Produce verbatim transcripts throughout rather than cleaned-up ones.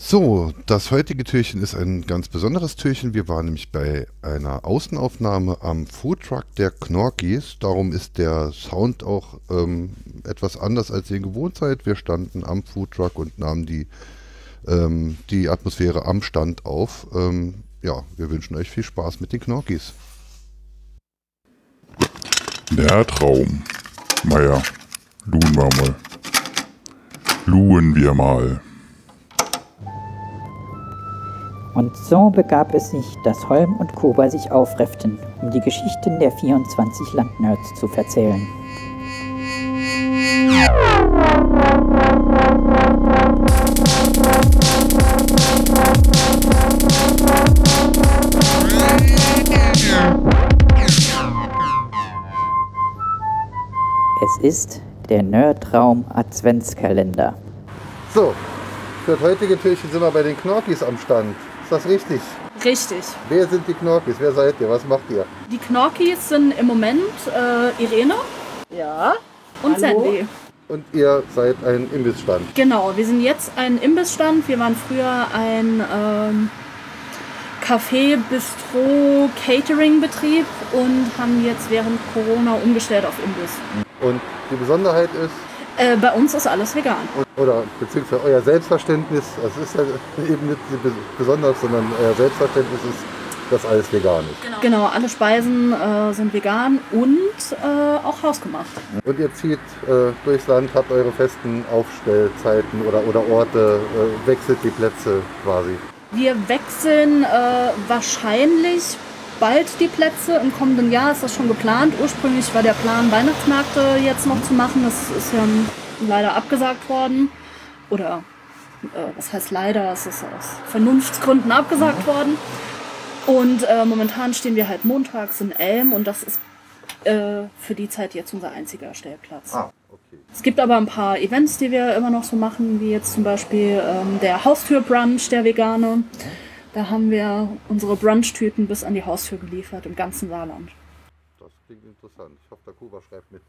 So, das heutige Türchen ist ein ganz besonderes Türchen. Wir waren nämlich bei einer Außenaufnahme am Foodtruck der Knorkis. Darum ist der Sound auch ähm, etwas anders, als ihr ihn gewohnt seid. Wir standen am Foodtruck und nahmen die, ähm, die Atmosphäre am Stand auf. Ähm, ja, wir wünschen euch viel Spaß mit den Knorkis. Der Traum. Naja, luhen wir mal. Luhen wir mal. Und so begab es sich, dass Holm und Kuba sich aufrefften, um die Geschichten der vierundzwanzig Landnerds zu verzählen. Es ist der Nerdraum Adventskalender. So, für das heutige Türchen sind wir bei den Knorkis am Stand. Ist das richtig? Richtig. Wer sind die Knorkis? Wer seid ihr? Was macht ihr? Die Knorkis sind im Moment äh, Irene Ja. und Hallo? Sandy. Und ihr seid ein Imbissstand. Genau, wir sind jetzt ein Imbissstand. Wir waren früher ein ähm, Café, Bistro, Catering-Betrieb und haben jetzt während Corona umgestellt auf Imbiss. Und die Besonderheit ist, Äh, bei uns ist alles vegan. oder beziehungsweise euer Selbstverständnis, das ist ja eben nicht besonders, sondern euer Selbstverständnis ist, dass alles vegan ist. Genau, genau alle Speisen äh, sind vegan und äh, auch hausgemacht. Und ihr zieht äh, durchs Land, habt eure festen Aufstellzeiten oder, oder Orte, äh, wechselt die Plätze quasi. Wir wechseln äh, wahrscheinlich bald die Plätze. Im kommenden Jahr ist das schon geplant. Ursprünglich war der Plan, Weihnachtsmärkte jetzt noch zu machen. Das ist ja leider abgesagt worden. Oder äh, was heißt leider? Es ist aus Vernunftsgründen abgesagt worden. Und äh, momentan stehen wir halt montags in Elm und das ist äh, für die Zeit jetzt unser einziger Stellplatz. Ah, okay. Es gibt aber ein paar Events, die wir immer noch so machen, wie jetzt zum Beispiel ähm, der Haustür-Brunch, der vegane. Da haben wir unsere Brunch-Tüten bis an die Haustür geliefert, im ganzen Saarland. Das klingt interessant. Ich hoffe, der Kuba schreibt mit.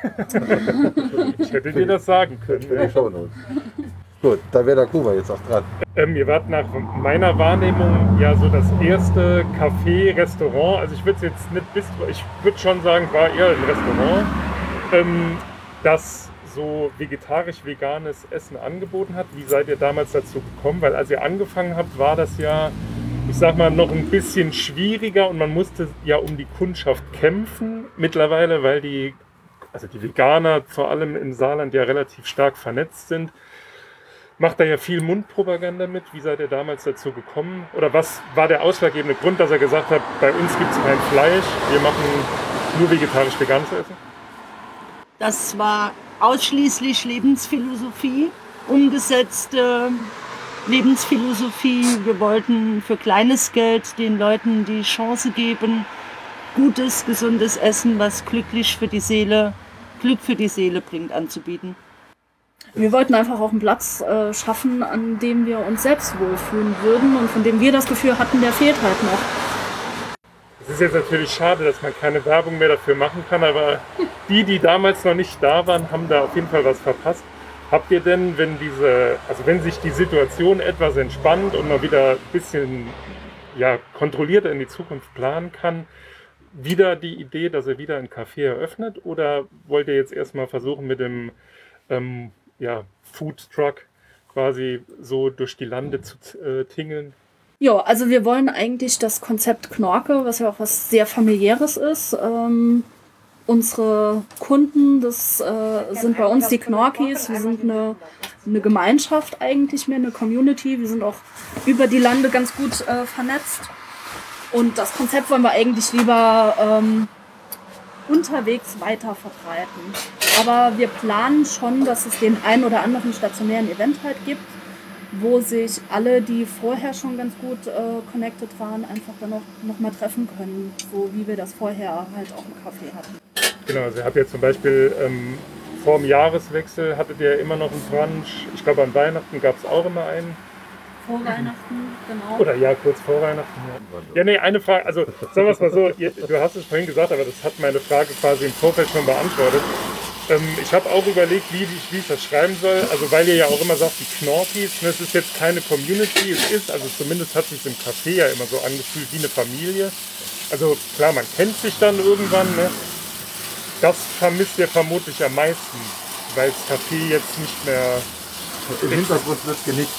Ich hätte dir das sagen Für die können. Shownotes. Gut, da wäre der Kuba jetzt auch dran. Ähm, ihr wart nach meiner Wahrnehmung ja so das erste Café, Restaurant. Also ich würde es jetzt nicht Bistro, ich würde schon sagen, war eher ein Restaurant, ähm, das so vegetarisch-veganes Essen angeboten hat. Wie seid ihr damals dazu gekommen? Weil als ihr angefangen habt, war das ja, ich sag mal, noch ein bisschen schwieriger und man musste ja um die Kundschaft kämpfen mittlerweile, weil die, also die Veganer vor allem im Saarland ja relativ stark vernetzt sind. Macht da ja viel Mundpropaganda mit. Wie seid ihr damals dazu gekommen? Oder was war der ausschlaggebende Grund, dass er gesagt hat, bei uns gibt es kein Fleisch, wir machen nur vegetarisch-veganes Essen? Das war ausschließlich Lebensphilosophie, umgesetzte Lebensphilosophie. Wir wollten für kleines Geld den Leuten die Chance geben, gutes, gesundes Essen, was glücklich für die Seele, Glück für die Seele bringt, anzubieten. Wir wollten einfach auch einen Platz äh, schaffen, an dem wir uns selbst wohlfühlen würden und von dem wir das Gefühl hatten, der fehlt halt noch. Es ist jetzt natürlich schade, dass man keine Werbung mehr dafür machen kann, aber die, die damals noch nicht da waren, haben da auf jeden Fall was verpasst. Habt ihr denn, wenn diese, also wenn sich die Situation etwas entspannt und man wieder ein bisschen ja, kontrollierter in die Zukunft planen kann, wieder die Idee, dass ihr wieder ein Café eröffnet? Oder wollt ihr jetzt erstmal versuchen, mit dem ähm, ja, Food Truck quasi so durch die Lande zu äh, tingeln? Ja, also wir wollen eigentlich das Konzept Knorke, was ja auch was sehr familiäres ist. Ähm, unsere Kunden, das äh, sind bei uns die Knorkis. Wir sind eine, eine Gemeinschaft eigentlich mehr, eine Community. Wir sind auch über die Lande ganz gut äh, vernetzt. Und das Konzept wollen wir eigentlich lieber ähm, unterwegs weiter verbreiten. Aber wir planen schon, dass es den ein oder anderen stationären Event halt gibt, wo sich alle, die vorher schon ganz gut äh, connected waren, einfach dann noch, noch mal treffen können, so wie wir das vorher halt auch im Café hatten. Genau, also ihr habt ja zum Beispiel ähm, vor dem Jahreswechsel hattet ihr immer noch einen Brunch. Ich glaube, an Weihnachten gab es auch immer einen. Vor Weihnachten, genau. Oder ja, kurz vor Weihnachten. Ja, ja nee, eine Frage, also sagen wir es mal so, ihr, du hast es vorhin gesagt, aber das hat meine Frage quasi im Vorfeld schon beantwortet. Ähm, ich habe auch überlegt, wie ich, wie ich das schreiben soll. Also weil ihr ja auch immer sagt, die Knorkis, ne, es ist jetzt keine Community, es ist, also zumindest hat sich im Café ja immer so angefühlt wie eine Familie. Also klar, man kennt sich dann irgendwann, ne? Das vermisst ihr vermutlich am meisten, weil das Café jetzt nicht mehr... Im Hintergrund wird genickt.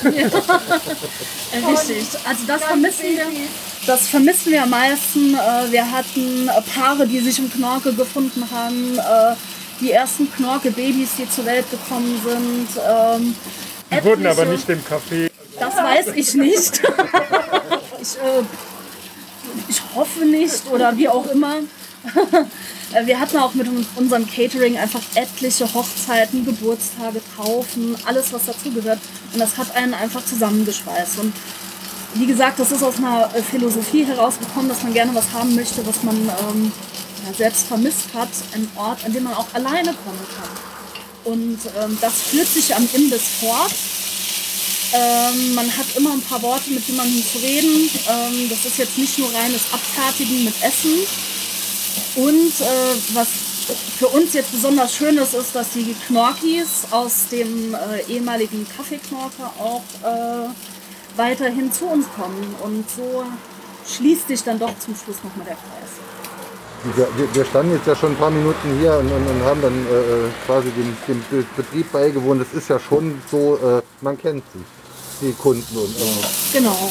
Äh, Richtig, also das vermissen wir. Das vermissen wir am meisten. Äh, Wir hatten äh, Paare, die sich im Knorke gefunden haben, äh, die ersten Knorke-Babys, die zur Welt gekommen sind. ähm, Die wurden aber etliche- nicht im Café. Das weiß ich nicht. ich, äh, ich hoffe nicht oder wie auch immer. Äh, Wir hatten auch mit uns- unserem Catering einfach etliche Hochzeiten, Geburtstage, Taufen, alles was dazugehört. Und das hat einen einfach zusammengeschweißt. Und wie gesagt, das ist aus einer äh, Philosophie herausgekommen, dass man gerne was haben möchte, was man ähm, ja, selbst vermisst hat. Ein Ort, an dem man auch alleine kommen kann. Und ähm, das führt sich am Imbiss fort. Ähm, man hat immer ein paar Worte, mit jemandem zu reden. Ähm, das ist jetzt nicht nur reines Abfertigen mit Essen. Und äh, was für uns jetzt besonders schön ist, ist, dass die Knorkis aus dem äh, ehemaligen Kaffeeknorke auch äh, weiterhin zu uns kommen. Und so schließt sich dann doch zum Schluss nochmal der Kreis. Wir, wir, wir standen jetzt ja schon ein paar Minuten hier und, und, und haben dann äh, quasi dem, dem Be- Betrieb beigewohnt. Es ist ja schon so, äh, man kennt sich, die Kunden. Und, äh, Genau.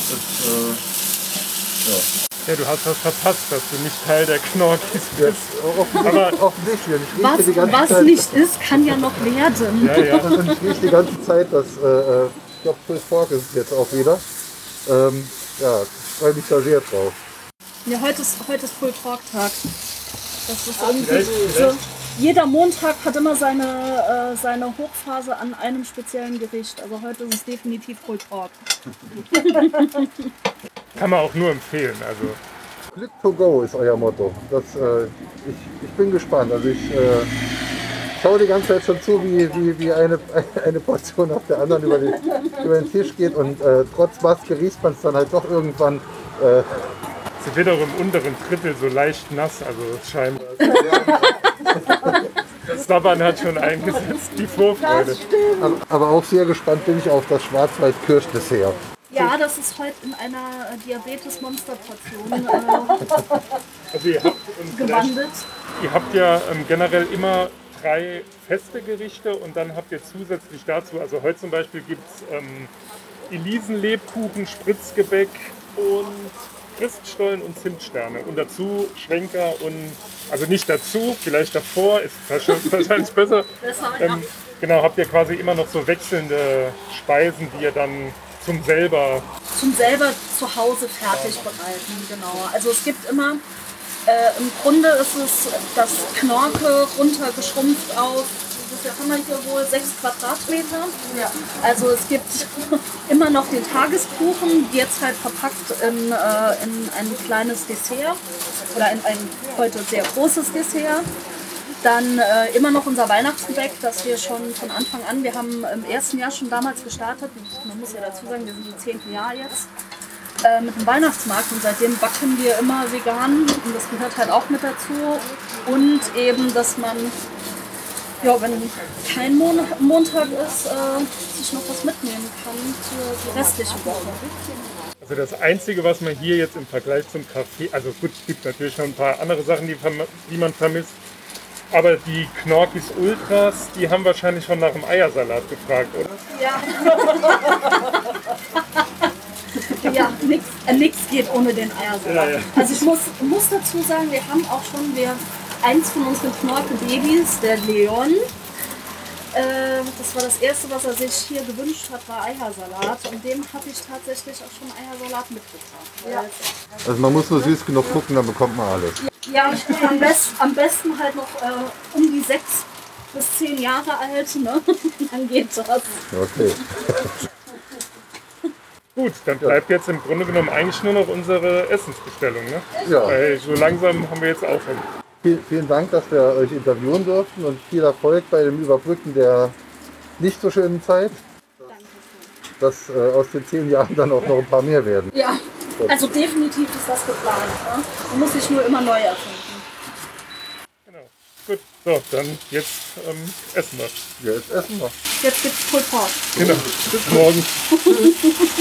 Ja, du hast was verpasst, dass du nicht Teil der Knorkis bist. offensichtlich, Aber- offensichtlich. Ich rieche Was, die ganze was Zeit, nicht ist, kann ja noch werden. Ja, ja. Und ich rieche die ganze Zeit, dass, äh, äh, ich glaube, Pulled Pork ist es jetzt auch wieder. Ähm, ja, ich freue mich da sehr drauf. Ja, heute ist, heute ist Full Talk Tag. Das ist irgendwie vielleicht- so. vielleicht- Jeder Montag hat immer seine, äh, seine Hochphase an einem speziellen Gericht. Also heute ist es definitiv Full Talk. Kann man auch nur empfehlen. Also Glück to go ist euer Motto. Das, äh, ich, ich bin gespannt. Also ich äh, schaue die ganze Zeit schon zu, wie, wie, wie eine, eine Portion nach der anderen über den, über den Tisch geht und äh, trotz Maske riecht man es dann halt doch irgendwann. Äh, sie wird auch im unteren Drittel so leicht nass, also scheinbar. Das Sabbern hat schon eingesetzt, die Vorfreude. aber, aber auch sehr gespannt bin ich auf das Schwarzwald-Kirschdessert. Ja, das ist heute in einer äh, Diabetes-Monster-Portion äh, Also ihr habt, und vielleicht, gewandelt. ihr habt ja ähm, generell immer drei feste Gerichte und dann habt ihr zusätzlich dazu, also heute zum Beispiel gibt es ähm, Elisenlebkuchen, Spritzgebäck und Christstollen und Zimtsterne und dazu Schwenker und, also nicht dazu, vielleicht davor, ist wahrscheinlich besser. Besser, ja. Ähm, genau, habt ihr quasi immer noch so wechselnde Speisen, die ihr dann zum selber... Zum selber zu Hause fertig bereiten, genau. Also es gibt immer, äh, im Grunde ist es das Knorke runtergeschrumpft auf, wie viel haben wir hier wohl, sechs Quadratmeter. Ja. Also es gibt immer noch den Tageskuchen, jetzt halt verpackt in, äh, in ein kleines Dessert oder in ein heute sehr großes Dessert. Dann äh, immer noch unser Weihnachtsgebäck, das wir schon von Anfang an, wir haben im ersten Jahr schon damals gestartet, man muss ja dazu sagen, wir sind im zehnten Jahr jetzt, äh, mit dem Weihnachtsmarkt und seitdem backen wir immer vegan und das gehört halt auch mit dazu. Und eben, dass man, ja, wenn kein Mon Montag ist, äh, sich noch was mitnehmen kann für die restliche Woche. Also das Einzige, was man hier jetzt im Vergleich zum Café, also gut, es gibt natürlich schon ein paar andere Sachen, die, verm- die man vermisst, aber die Knorkis Ultras, die haben wahrscheinlich schon nach dem Eiersalat gefragt, oder? Ja, nichts äh, nix geht ohne den Eiersalat. Ja, ja. Also ich muss, muss dazu sagen, wir haben auch schon wir, eins von unseren Knorke-Babys, der Leon, äh, das war das erste, was er sich hier gewünscht hat, war Eiersalat. Und dem habe ich tatsächlich auch schon Eiersalat mitgebracht. Ja, Also man muss nur süß genug gucken, dann bekommt man alles. ja am, best, am besten halt noch äh, um die sechs bis zehn Jahre alt, ne? Dann geht das. Okay. Gut, dann bleibt jetzt im Grunde genommen eigentlich nur noch unsere Essensbestellung, ne? Ja. Weil so langsam haben wir jetzt aufhören. Vielen, vielen Dank, dass wir euch interviewen durften und viel Erfolg bei dem Überbrücken der nicht so schönen Zeit. Dass äh, aus den zehn Jahren dann auch noch ein paar mehr werden. Ja, also definitiv ist das geplant. Ne? Man muss sich nur immer neu erfinden. Genau. Gut, so, dann jetzt ähm, essen wir. Ja, jetzt essen wir. Jetzt gibt's Pulled Pork. Genau, bis morgen.